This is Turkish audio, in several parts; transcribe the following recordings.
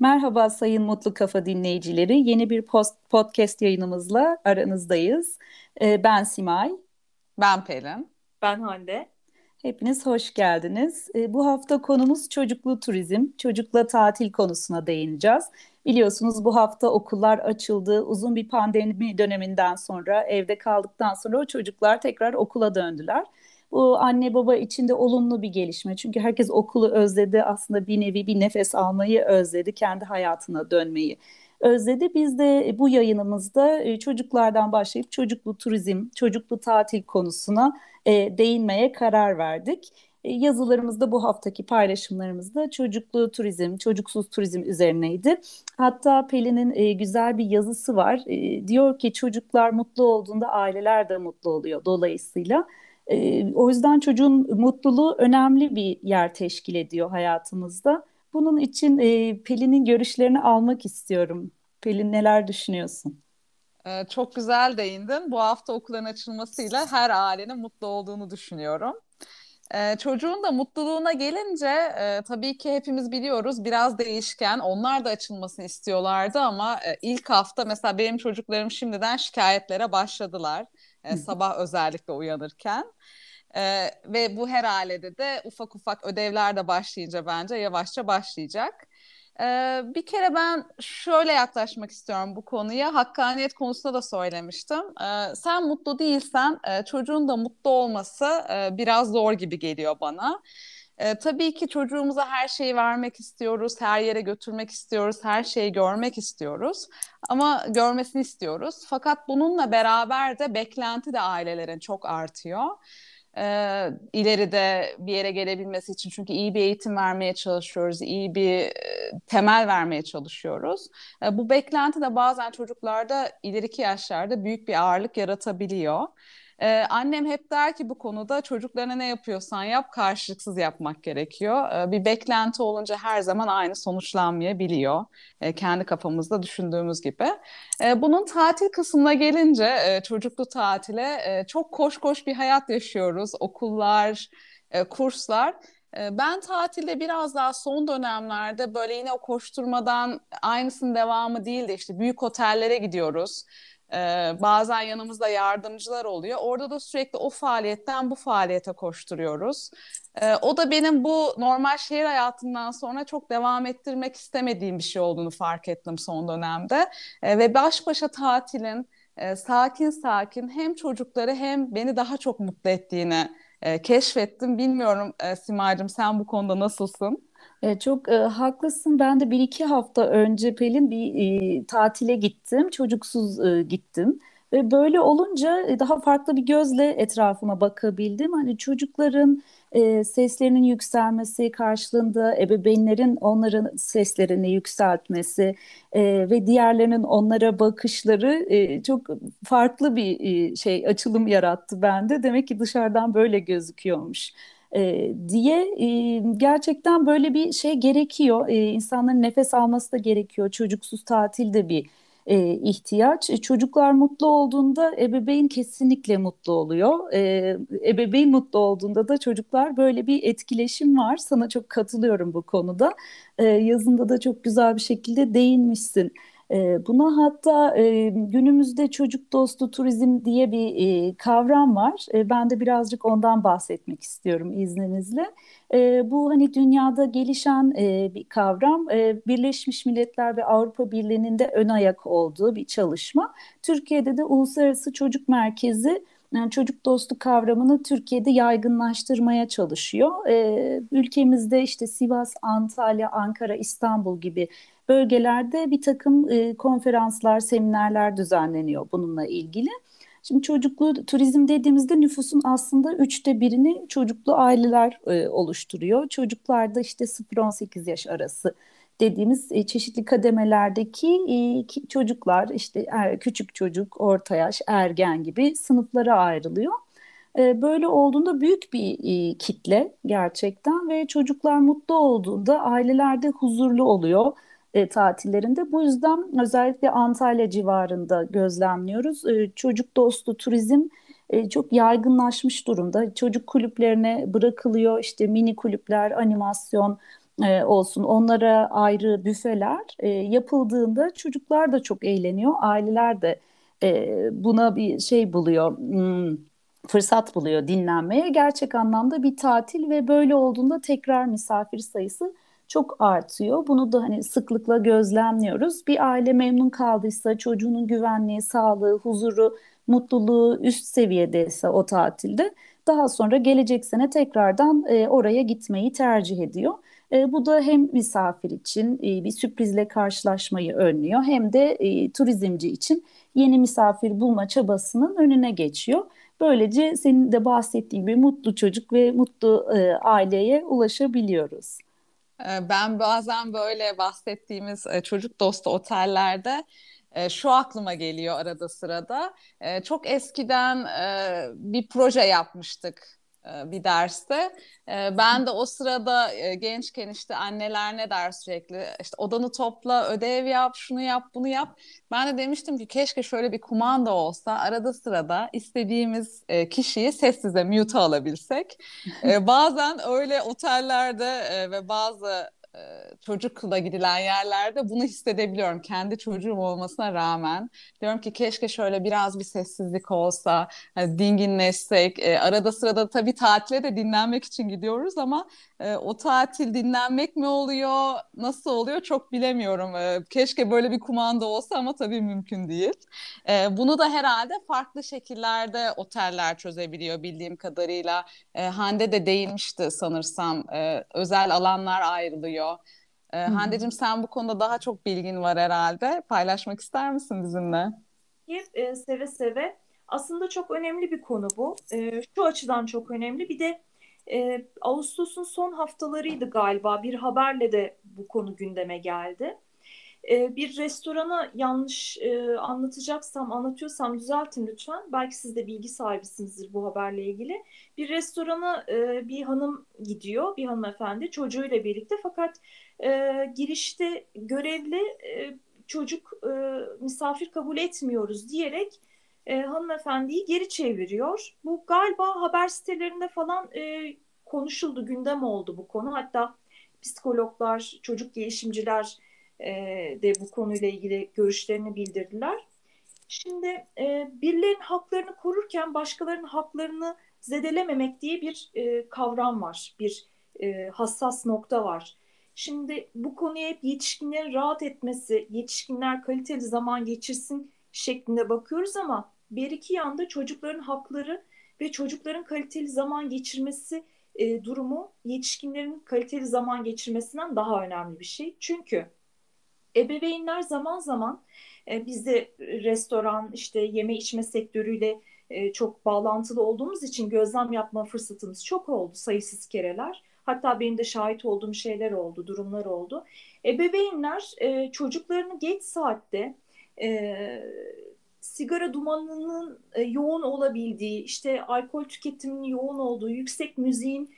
Merhaba Sayın Mutlu Kafa dinleyicileri. Yeni bir podcast yayınımızla aranızdayız. Ben Simay. Ben Pelin. Ben Hande. Hepiniz hoş geldiniz. Bu hafta konumuz çocuklu turizm, çocukla tatil konusuna değineceğiz. Biliyorsunuz bu hafta okullar açıldı. Uzun bir pandemi döneminden sonra evde kaldıktan sonra o çocuklar tekrar okula döndüler. Bu anne baba için de olumlu bir gelişme. Çünkü herkes okulu özledi. Aslında bir nevi bir nefes almayı özledi. Kendi hayatına dönmeyi özledi. Biz de bu yayınımızda çocuklardan başlayıp çocuklu turizm, çocuklu tatil konusuna değinmeye karar verdik. Yazılarımızda bu haftaki paylaşımlarımızda çocuklu turizm, çocuksuz turizm üzerineydi. Hatta Pelin'in güzel bir yazısı var. Diyor ki çocuklar mutlu olduğunda aileler de mutlu oluyor dolayısıyla. O yüzden çocuğun mutluluğu önemli bir yer teşkil ediyor hayatımızda. Bunun için Pelin'in görüşlerini almak istiyorum. Pelin neler düşünüyorsun? Çok güzel değindin. Bu hafta okulların açılmasıyla her ailenin mutlu olduğunu düşünüyorum. Çocuğun da mutluluğuna gelince tabii ki hepimiz biliyoruz biraz değişken. Onlar da açılmasını istiyorlardı ama ilk hafta mesela benim çocuklarım şimdiden şikayetlere başladılar. Sabah özellikle uyanırken. Ve bu her ailede de ufak ufak ödevler de başlayınca bence yavaşça başlayacak. Bir kere ben şöyle yaklaşmak istiyorum bu konuya. Hakkaniyet konusunda da söylemiştim. Sen mutlu değilsen çocuğun da mutlu olması biraz zor gibi geliyor bana. Tabii ki çocuğumuza her şeyi vermek istiyoruz, her yere götürmek istiyoruz, her şeyi görmek istiyoruz. Ama görmesini istiyoruz. Fakat bununla beraber de beklenti de ailelerin çok artıyor. İleride bir yere gelebilmesi için çünkü iyi bir eğitim vermeye çalışıyoruz, iyi bir temel vermeye çalışıyoruz. Bu beklenti de bazen çocuklarda ileriki yaşlarda büyük bir ağırlık yaratabiliyor. Annem hep der ki bu konuda çocuklarına ne yapıyorsan yap karşılıksız yapmak gerekiyor. Bir beklenti olunca her zaman aynı sonuçlanmayabiliyor. Kendi kafamızda düşündüğümüz gibi. Bunun tatil kısmına gelince çocuklu tatile çok koş koş bir hayat yaşıyoruz. Okullar, kurslar. Ben tatilde biraz daha son dönemlerde böyle yine o koşturmadan aynısının devamı değil de işte büyük otellere gidiyoruz. Bazen yanımızda yardımcılar oluyor. Orada da sürekli o faaliyetten bu faaliyete koşturuyoruz. O da benim bu normal şehir hayatından sonra çok devam ettirmek istemediğim bir şey olduğunu fark ettim son dönemde. Ve baş başa tatilin sakin sakin hem çocukları hem beni daha çok mutlu ettiğini keşfettim. Bilmiyorum Simacığım sen bu konuda nasılsın? Çok haklısın. Ben de bir iki hafta önce Pelin bir tatile gittim. Çocuksuz gittim. Ve böyle olunca daha farklı bir gözle etrafıma bakabildim. Hani çocukların seslerinin yükselmesi karşılığında ebeveynlerin onların seslerini yükseltmesi ve diğerlerinin onlara bakışları çok farklı bir şey açılım yarattı bende. Demek ki dışarıdan böyle gözüküyormuş diye gerçekten böyle bir şey gerekiyor. İnsanların nefes alması da gerekiyor. Çocuksuz tatil de bir ihtiyaç. Çocuklar mutlu olduğunda ebeveyn kesinlikle mutlu oluyor. Ebeveyn mutlu olduğunda da çocuklar böyle bir etkileşim var. Sana çok katılıyorum bu konuda. Yazında da çok güzel bir şekilde değinmişsin. Buna hatta günümüzde çocuk dostu turizm diye bir kavram var. Ben de birazcık ondan bahsetmek istiyorum izninizle. Bu hani dünyada gelişen bir kavram. Birleşmiş Milletler ve Avrupa Birliği'nin de ön ayak olduğu bir çalışma. Türkiye'de de Uluslararası Çocuk Merkezi yani çocuk dostu kavramını Türkiye'de yaygınlaştırmaya çalışıyor. Ülkemizde işte Sivas, Antalya, Ankara, İstanbul gibi bölgelerde bir takım konferanslar, seminerler düzenleniyor bununla ilgili. Şimdi çocuklu turizm dediğimizde nüfusun aslında üçte birini çocuklu aileler oluşturuyor. Çocuklar da işte 0-18 yaş arası dediğimiz çeşitli kademelerdeki çocuklar işte küçük çocuk, orta yaş, ergen gibi sınıflara ayrılıyor. Böyle olduğunda büyük bir kitle gerçekten ve çocuklar mutlu olduğunda aileler de huzurlu oluyor tatillerinde. Bu yüzden özellikle Antalya civarında gözlemliyoruz. Çocuk dostu turizm çok yaygınlaşmış durumda. Çocuk kulüplerine bırakılıyor işte mini kulüpler, animasyon, olsun, onlara ayrı büfeler yapıldığında çocuklar da çok eğleniyor, aileler de buna bir şey buluyor, fırsat buluyor dinlenmeye. Gerçek anlamda bir tatil ve böyle olduğunda tekrar misafir sayısı çok artıyor. Bunu da hani sıklıkla gözlemliyoruz. Bir aile memnun kaldıysa, çocuğunun güvenliği, sağlığı, huzuru, mutluluğu üst seviyedeyse o tatilde, daha sonra gelecek sene tekrardan oraya gitmeyi tercih ediyor. Bu da hem misafir için bir sürprizle karşılaşmayı önlüyor, hem de turizmci için yeni misafir bulma çabasının önüne geçiyor. Böylece senin de bahsettiğin gibi mutlu çocuk ve mutlu aileye ulaşabiliyoruz. Ben bazen böyle bahsettiğimiz çocuk dostu otellerde şu aklıma geliyor arada sırada. Çok eskiden bir proje yapmıştık bir derste. Ben de o sırada gençken işte anneler ne der sürekli, işte odanı topla, ödev yap, şunu yap, bunu yap. Ben de demiştim ki keşke şöyle bir kumanda olsa, arada sırada istediğimiz kişiyi sessize mute'a alabilsek. Bazen öyle otellerde ve bazı çocukla gidilen yerlerde bunu hissedebiliyorum. Kendi çocuğum olmasına rağmen. Diyorum ki keşke şöyle biraz bir sessizlik olsa, hani dinginleşsek. Arada sırada tabii tatile de dinlenmek için gidiyoruz ama o tatil dinlenmek mi oluyor, nasıl oluyor çok bilemiyorum. Keşke böyle bir kumanda olsa ama tabii mümkün değil. Bunu da herhalde farklı şekillerde oteller çözebiliyor bildiğim kadarıyla. Hande de değinmişti sanırsam. Özel alanlar ayrılıyor. Hı hı. Hande'cim sen bu konuda daha çok bilgin var herhalde. Paylaşmak ister misin bizimle? Seve seve. Aslında çok önemli bir konu bu. Şu açıdan çok önemli. Bir de Ağustos'un son haftalarıydı galiba. Bir haberle de bu konu gündeme geldi. Bir restorana yanlış anlatıyorsam düzeltin lütfen. Belki siz de bilgi sahibisinizdir bu haberle ilgili. Bir restorana bir hanım gidiyor, bir hanımefendi çocuğuyla birlikte. Fakat girişte görevli çocuk misafir kabul etmiyoruz diyerek hanımefendiyi geri çeviriyor. Bu galiba haber sitelerinde falan konuşuldu, gündem oldu bu konu. Hatta psikologlar, çocuk gelişimciler e, de bu konuyla ilgili görüşlerini bildirdiler. Şimdi birilerinin haklarını korurken başkalarının haklarını zedelememek diye bir kavram var, bir hassas nokta var. Şimdi bu konuya hep yetişkinlerin rahat etmesi, yetişkinler kaliteli zaman geçirsin şeklinde bakıyoruz ama bir iki yanda çocukların hakları ve çocukların kaliteli zaman geçirmesi durumu yetişkinlerin kaliteli zaman geçirmesinden daha önemli bir şey. Çünkü ebeveynler zaman zaman biz de restoran işte yeme içme sektörüyle çok bağlantılı olduğumuz için gözlem yapma fırsatımız çok oldu sayısız kereler. Hatta benim de şahit olduğum şeyler oldu, durumlar oldu. Ebeveynler çocuklarını geç saatte e, sigara dumanının yoğun olabildiği, işte alkol tüketiminin yoğun olduğu, yüksek müziğin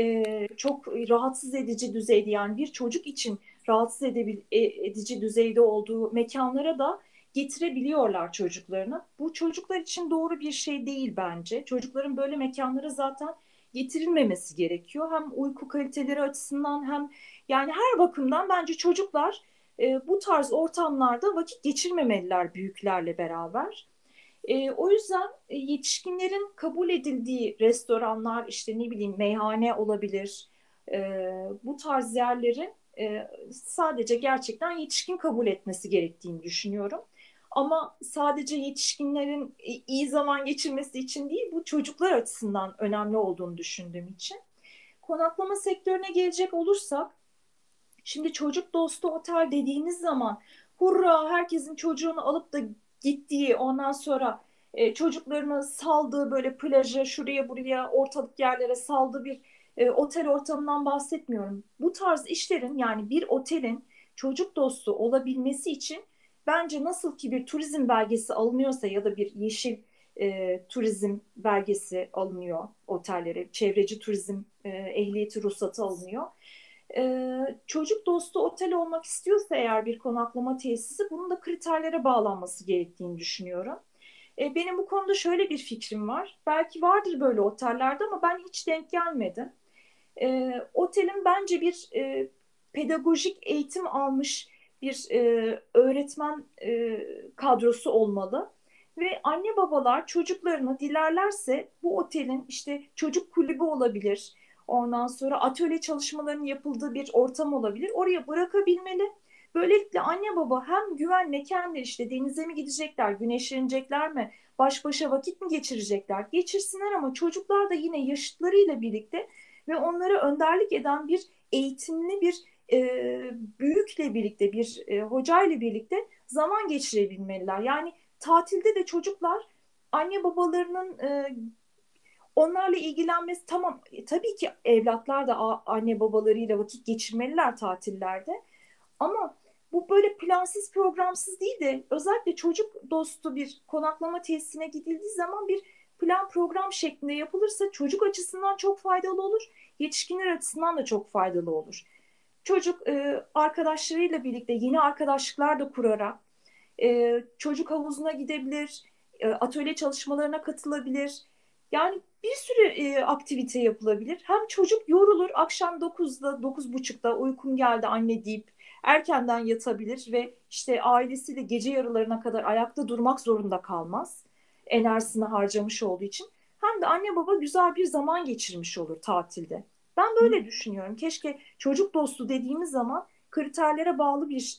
çok rahatsız edici düzeyde yani bir çocuk için rahatsız edici düzeyde olduğu mekanlara da getirebiliyorlar çocuklarını. Bu çocuklar için doğru bir şey değil bence. Çocukların böyle mekanlara zaten getirilmemesi gerekiyor. Hem uyku kaliteleri açısından hem yani her bakımdan bence çocuklar bu tarz ortamlarda vakit geçirmemeliler büyüklerle beraber. O yüzden yetişkinlerin kabul edildiği restoranlar işte ne bileyim meyhane olabilir. Bu tarz yerlerin sadece gerçekten yetişkin kabul etmesi gerektiğini düşünüyorum. Ama sadece yetişkinlerin iyi zaman geçirmesi için değil, bu çocuklar açısından önemli olduğunu düşündüğüm için. Konaklama sektörüne gelecek olursak, şimdi çocuk dostu otel dediğiniz zaman hurra herkesin çocuğunu alıp da gittiği ondan sonra çocuklarını saldığı böyle plaja şuraya buraya ortalık yerlere saldığı bir otel ortamından bahsetmiyorum. Bu tarz işlerin yani bir otelin çocuk dostu olabilmesi için bence nasıl ki bir turizm belgesi alınıyorsa ya da bir yeşil turizm belgesi alınıyor otellere, çevreci turizm ehliyeti ruhsatı alınıyor. Çocuk dostu otel olmak istiyorsa eğer bir konaklama tesisi bunun da kriterlere bağlanması gerektiğini düşünüyorum. Benim bu konuda şöyle bir fikrim var. Belki vardır böyle otellerde ama ben hiç denk gelmedim. Otelin bence bir pedagojik eğitim almış bir öğretmen kadrosu olmalı. Ve anne babalar çocuklarını dilerlerse bu otelin işte çocuk kulübü olabilir, ondan sonra atölye çalışmalarının yapıldığı bir ortam olabilir. Oraya bırakabilmeli. Böylelikle anne baba hem güvenle kendileri işte denize mi gidecekler, güneşlenecekler mi, baş başa vakit mi geçirecekler? Geçirsinler ama çocuklar da yine yaşıtlarıyla birlikte ve onlara önderlik eden bir eğitimli bir büyükle birlikte, bir hocayla birlikte zaman geçirebilmeliler. Yani tatilde de çocuklar anne babalarının onlarla ilgilenmesi tamam. Tabii ki evlatlar da anne babalarıyla vakit geçirmeliler tatillerde. Ama bu böyle plansız programsız değil de özellikle çocuk dostu bir konaklama tesisine gidildiği zaman bir plan program şeklinde yapılırsa çocuk açısından çok faydalı olur. Yetişkinler açısından da çok faydalı olur. Çocuk arkadaşlarıyla birlikte yeni arkadaşlıklar da kurarak çocuk havuzuna gidebilir, atölye çalışmalarına katılabilir. Yani bir sürü aktivite yapılabilir. Hem çocuk yorulur, akşam 9'da, 9.30'da uykum geldi anne deyip erkenden yatabilir ve işte ailesiyle gece yarılarına kadar ayakta durmak zorunda kalmaz. Enerjisini harcamış olduğu için. Hem de anne baba güzel bir zaman geçirmiş olur tatilde. Ben böyle düşünüyorum. Keşke çocuk dostu dediğimiz zaman kriterlere bağlı bir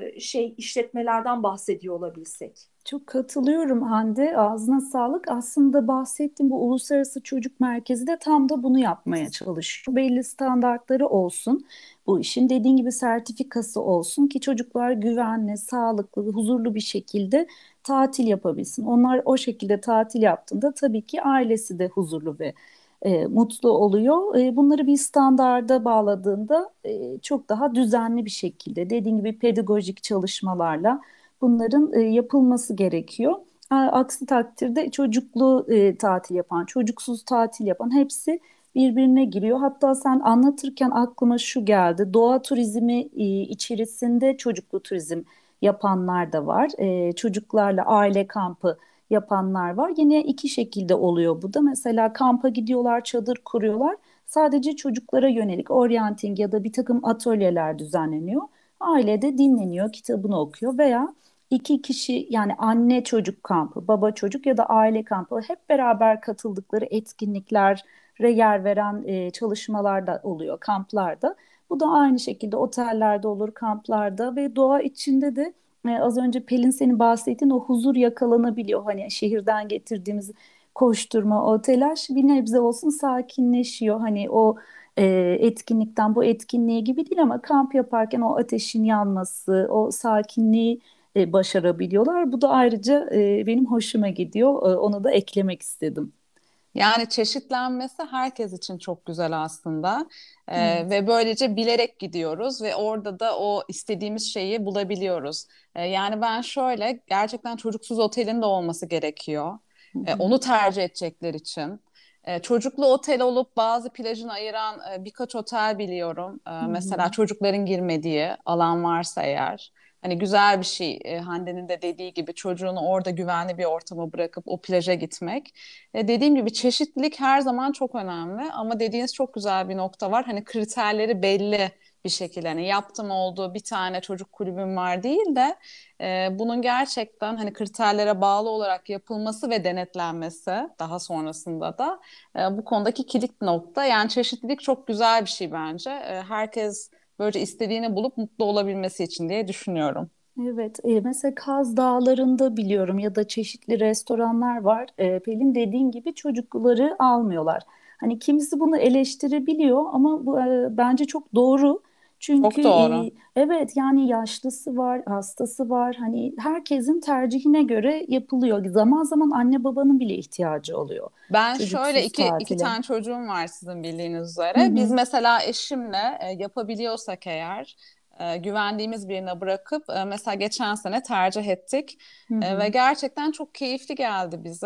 işletmelerden bahsediyor olabilsek. Çok katılıyorum Hande. Ağzına sağlık. Aslında bahsettiğim bu Uluslararası Çocuk Merkezi de tam da bunu yapmaya çalışıyor. Belli standartları olsun. Bu işin dediğin gibi sertifikası olsun ki çocuklar güvenli, sağlıklı, huzurlu bir şekilde tatil yapabilsin. Onlar o şekilde tatil yaptığında tabii ki ailesi de huzurlu ve mutlu oluyor. Bunları bir standarda bağladığında çok daha düzenli bir şekilde dediğin gibi pedagojik çalışmalarla bunların yapılması gerekiyor. Aksi takdirde çocuklu tatil yapan, çocuksuz tatil yapan hepsi birbirine giriyor. Hatta sen anlatırken aklıma şu geldi. Doğa turizmi içerisinde çocuklu turizm yapanlar da var. Çocuklarla aile kampı yapanlar var. Yine iki şekilde oluyor bu da. Mesela kampa gidiyorlar, çadır kuruyorlar. Sadece çocuklara yönelik oryanting ya da bir takım atölyeler düzenleniyor. Aile de dinleniyor, kitabını okuyor veya iki kişi yani anne çocuk kampı, baba çocuk ya da aile kampı hep beraber katıldıkları etkinliklere yer veren çalışmalar da oluyor kamplarda. Bu da aynı şekilde otellerde olur, kamplarda ve doğa içinde de az önce Pelin senin bahsettiğin o huzur yakalanabiliyor. Hani şehirden getirdiğimiz koşturma, o telaş bir nebze olsun sakinleşiyor. Hani o etkinlikten bu etkinliğe gibi değil ama kamp yaparken o ateşin yanması, o sakinliği başarabiliyorlar. Bu da ayrıca benim hoşuma gidiyor. Onu da eklemek istedim. Yani çeşitlenmesi herkes için çok güzel aslında. Evet. Ve böylece bilerek gidiyoruz ve orada da o istediğimiz şeyi bulabiliyoruz. Yani ben şöyle gerçekten çocuksuz otelin de olması gerekiyor. Hı hı. Onu tercih edecekler için. Çocuklu otel olup bazı plajını ayıran birkaç otel biliyorum. Hı Mesela hı. çocukların girmediği alan varsa eğer. Hani güzel bir şey Hande'nin de dediği gibi çocuğunu orada güvenli bir ortama bırakıp o plaja gitmek. Dediğim gibi çeşitlilik her zaman çok önemli ama dediğiniz çok güzel bir nokta var. Hani kriterleri belli bir şekilde hani yaptım olduğu bir tane çocuk kulübüm var değil de bunun gerçekten hani kriterlere bağlı olarak yapılması ve denetlenmesi daha sonrasında da bu konudaki kilit nokta. Yani çeşitlilik çok güzel bir şey bence. Herkes böylece istediğini bulup mutlu olabilmesi için diye düşünüyorum. Evet, mesela Kaz Dağları'nda biliyorum ya da çeşitli restoranlar var. Pelin dediğin gibi çocukları almıyorlar. Hani kimisi bunu eleştirebiliyor ama bu bence çok doğru. Çünkü Çok doğru. evet yani yaşlısı var, hastası var. Hani herkesin tercihine göre yapılıyor. Zaman zaman anne babanın bile ihtiyacı oluyor Ben şöyle çocuksuz iki tatile. tane çocuğum var sizin bildiğiniz Hı üzere. Biz hı, mesela eşimle yapabiliyorsak eğer güvendiğimiz birine bırakıp mesela geçen sene tercih ettik. hı Ve hı. gerçekten çok keyifli geldi bize.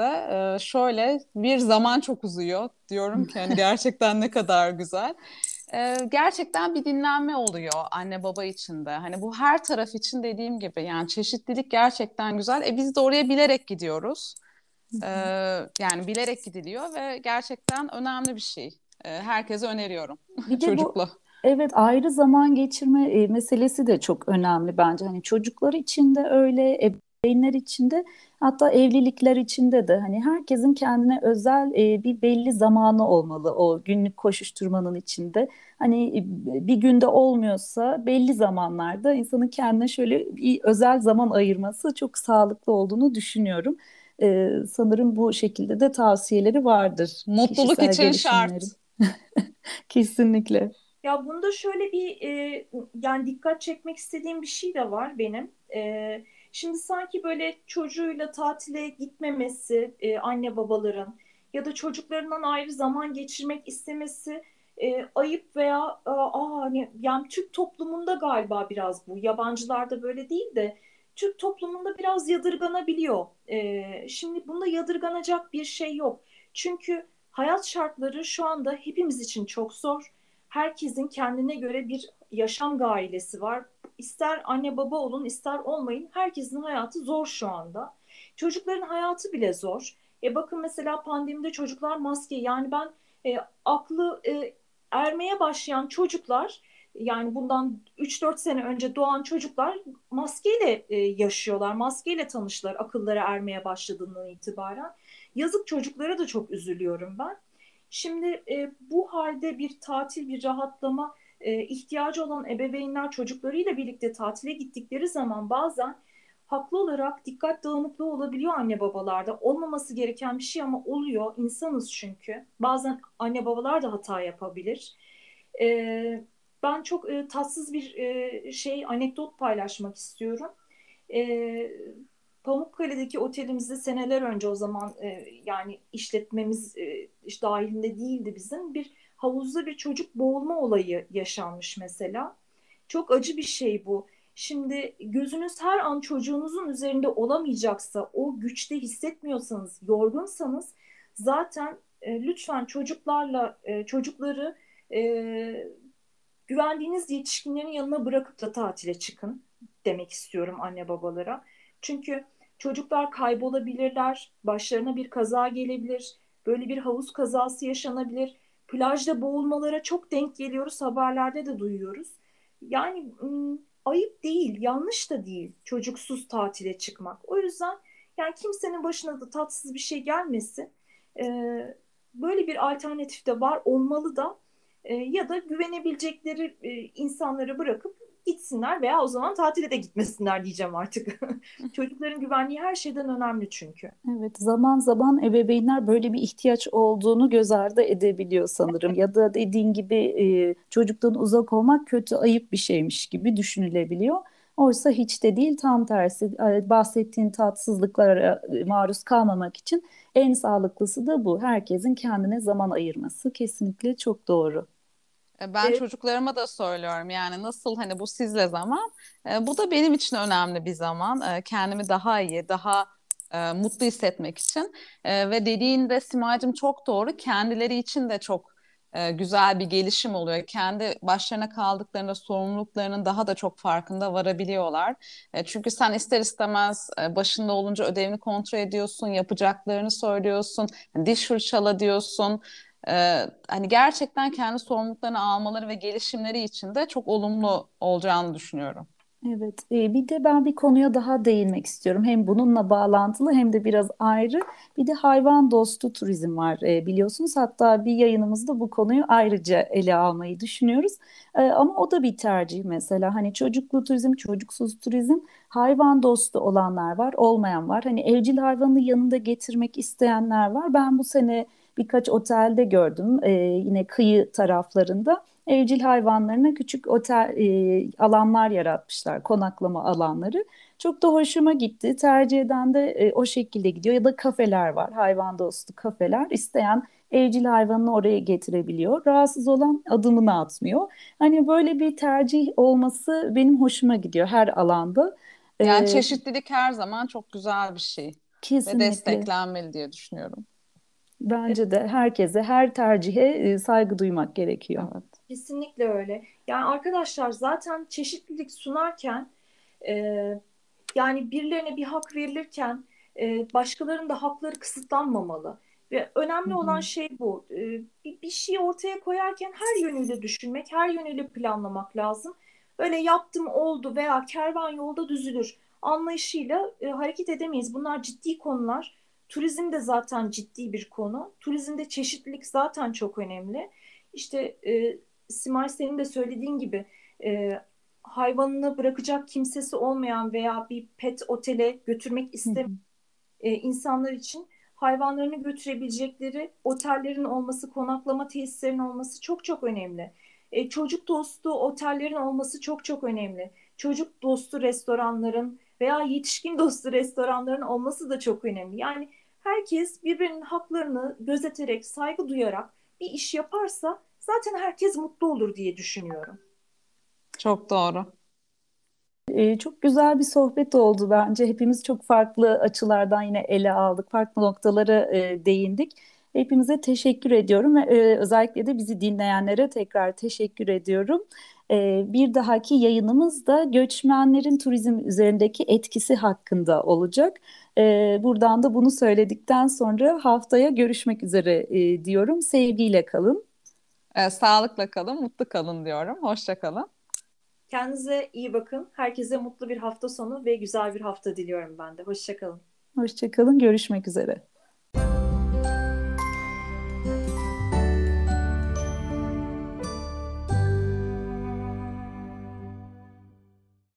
Şöyle bir zaman çok uzuyor diyorum ki hani gerçekten ne kadar güzel. Gerçekten bir dinlenme oluyor anne baba için de. Hani bu her taraf için dediğim gibi yani çeşitlilik gerçekten güzel. Biz de oraya bilerek gidiyoruz. Hı Ee, hı. Yani bilerek gidiliyor ve gerçekten önemli bir şey. Herkese öneriyorum Bir de bu çocukla. Evet, ayrı zaman geçirme meselesi de çok önemli bence. Hani çocuklar için de öyle, ebeveynler için de, hatta evlilikler içinde de hani herkesin kendine özel bir belli zamanı olmalı o günlük koşuşturmanın içinde. Hani bir günde olmuyorsa belli zamanlarda insanın kendine şöyle bir özel zaman ayırması çok sağlıklı olduğunu düşünüyorum. Sanırım bu şekilde de tavsiyeleri vardır Mutluluk kişisel için şart. gelişimlerin. Kesinlikle. Ya bunda şöyle bir yani dikkat çekmek istediğim bir şey de var benim. Şimdi sanki böyle çocuğuyla tatile gitmemesi anne babaların ya da çocuklarından ayrı zaman geçirmek istemesi ayıp veya hani yani Türk toplumunda galiba biraz bu. Yabancılarda böyle değil de Türk toplumunda biraz yadırganabiliyor. Şimdi bunda yadırganacak bir şey yok. Çünkü hayat şartları şu anda hepimiz için çok zor. Herkesin kendine göre bir yaşam gailesi var. İster anne baba olun, ister olmayın. Herkesin hayatı zor şu anda. Çocukların hayatı bile zor. Bakın mesela pandemide çocuklar maske, yani ben aklı ermeye başlayan çocuklar, yani bundan 3-4 sene önce doğan çocuklar maskeyle yaşıyorlar. Maskeyle tanıştılar akılları ermeye başladığından itibaren. Yazık, çocuklara da çok üzülüyorum ben. Şimdi bu halde bir tatil, bir rahatlama ihtiyacı olan ebeveynler çocuklarıyla birlikte tatile gittikleri zaman bazen haklı olarak dikkat dağınıklığı olabiliyor anne babalarda. Olmaması gereken bir şey ama oluyor. İnsanız çünkü. Bazen anne babalar da hata yapabilir. Ben çok tatsız bir anekdot paylaşmak istiyorum. E, Pamukkale'deki otelimizde seneler önce, o zaman yani işletmemiz iş dahilinde değildi bizim, bir havuzda bir çocuk boğulma olayı yaşanmış mesela. Çok acı bir şey bu. Şimdi gözünüz her an çocuğunuzun üzerinde olamayacaksa, o güçte hissetmiyorsanız, yorgunsanız zaten lütfen çocukları e, güvendiğiniz yetişkinlerin yanına bırakıp da tatile çıkın demek istiyorum anne babalara. Çünkü çocuklar kaybolabilirler, başlarına bir kaza gelebilir, böyle bir havuz kazası yaşanabilir. Plajda boğulmalara çok denk geliyoruz, haberlerde de duyuyoruz. Yani ayıp değil, yanlış da değil çocuksuz tatile çıkmak. O yüzden yani kimsenin başına da tatsız bir şey gelmesin. Böyle bir alternatif de var, olmalı da. Ya da güvenebilecekleri insanları bırakıp gitsinler veya o zaman tatile de gitmesinler diyeceğim artık. Çocukların güvenliği her şeyden önemli çünkü. Evet, zaman zaman ebeveynler böyle bir ihtiyaç olduğunu göz ardı edebiliyor sanırım. Ya da dediğin gibi çocuktan uzak olmak kötü, ayıp bir şeymiş gibi düşünülebiliyor. Oysa hiç de değil, tam tersi. Bahsettiğin tatsızlıklara maruz kalmamak için en sağlıklısı da bu. Herkesin kendine zaman ayırması kesinlikle çok doğru. Ben E, çocuklarıma da söylüyorum, yani nasıl hani bu sizle zaman, bu da benim için önemli bir zaman. Kendimi daha iyi, daha mutlu hissetmek için. Ve dediğinde Simacığım çok doğru. Kendileri için de çok güzel bir gelişim oluyor. Kendi başlarına kaldıklarında sorumluluklarının daha da çok farkında varabiliyorlar. Çünkü sen ister istemez başında olunca ödevini kontrol ediyorsun, yapacaklarını söylüyorsun, diş fırçala diyorsun. Hani gerçekten kendi sorumluluklarını almaları ve gelişimleri için de çok olumlu olacağını düşünüyorum. Evet, bir de ben bir konuya daha değinmek istiyorum. Hem bununla bağlantılı hem de biraz ayrı. Bir de hayvan dostu turizm var, biliyorsunuz. Hatta bir yayınımızda bu konuyu ayrıca ele almayı düşünüyoruz. Ama o da bir tercih mesela. Hani çocuklu turizm, çocuksuz turizm, hayvan dostu olanlar var, olmayan var. Hani evcil hayvanı yanında getirmek isteyenler var. Ben bu sene birkaç otelde gördüm, yine kıyı taraflarında evcil hayvanlarına küçük otel alanlar yaratmışlar, konaklama alanları. Çok da hoşuma gitti. Tercih eden de o şekilde gidiyor. Ya da kafeler var, hayvan dostu kafeler. İsteyen evcil hayvanını oraya getirebiliyor. Rahatsız olan adımını atmıyor. Hani böyle bir tercih olması benim hoşuma gidiyor her alanda. Yani E, çeşitlilik her zaman çok güzel bir şey ve Kesinlikle. desteklenmeli diye düşünüyorum. Bence de herkese, her tercihe saygı duymak gerekiyor. Evet. Kesinlikle öyle. Yani arkadaşlar zaten çeşitlilik sunarken e, yani birilerine bir hak verilirken başkalarının da hakları kısıtlanmamalı. Ve Hı önemli olan hı. şey bu. Bir şey ortaya koyarken her yönüyle düşünmek, her yönüyle planlamak lazım. Böyle yaptım oldu veya kervan yolda düzülür anlayışıyla hareket edemeyiz. Bunlar ciddi konular. Turizm de zaten ciddi bir konu. Turizmde çeşitlilik zaten çok önemli. İşte Simay senin de söylediğin gibi e, hayvanını bırakacak kimsesi olmayan veya bir pet otele götürmek Hı istemeyen hı. insanlar için hayvanlarını götürebilecekleri otellerin olması, konaklama tesislerinin olması çok çok önemli. Çocuk dostu otellerin olması çok çok önemli. Çocuk dostu restoranların veya yetişkin dostu restoranların olması da çok önemli. Yani herkes birbirinin haklarını gözeterek, saygı duyarak bir iş yaparsa zaten herkes mutlu olur diye düşünüyorum. Çok doğru. Çok güzel bir sohbet oldu bence. Hepimiz çok farklı açılardan yine ele aldık, farklı noktalara değindik. Hepimize teşekkür ediyorum ve özellikle de bizi dinleyenlere tekrar teşekkür ediyorum. Bir dahaki yayınımız da göçmenlerin turizm üzerindeki etkisi hakkında olacak. Buradan da bunu söyledikten sonra haftaya görüşmek üzere diyorum. Sevgiyle kalın. Sağlıkla kalın, mutlu kalın diyorum. Hoşça kalın. Kendinize iyi bakın. Herkese mutlu bir hafta sonu ve güzel bir hafta diliyorum ben de. Hoşça kalın. Hoşça kalın, görüşmek üzere.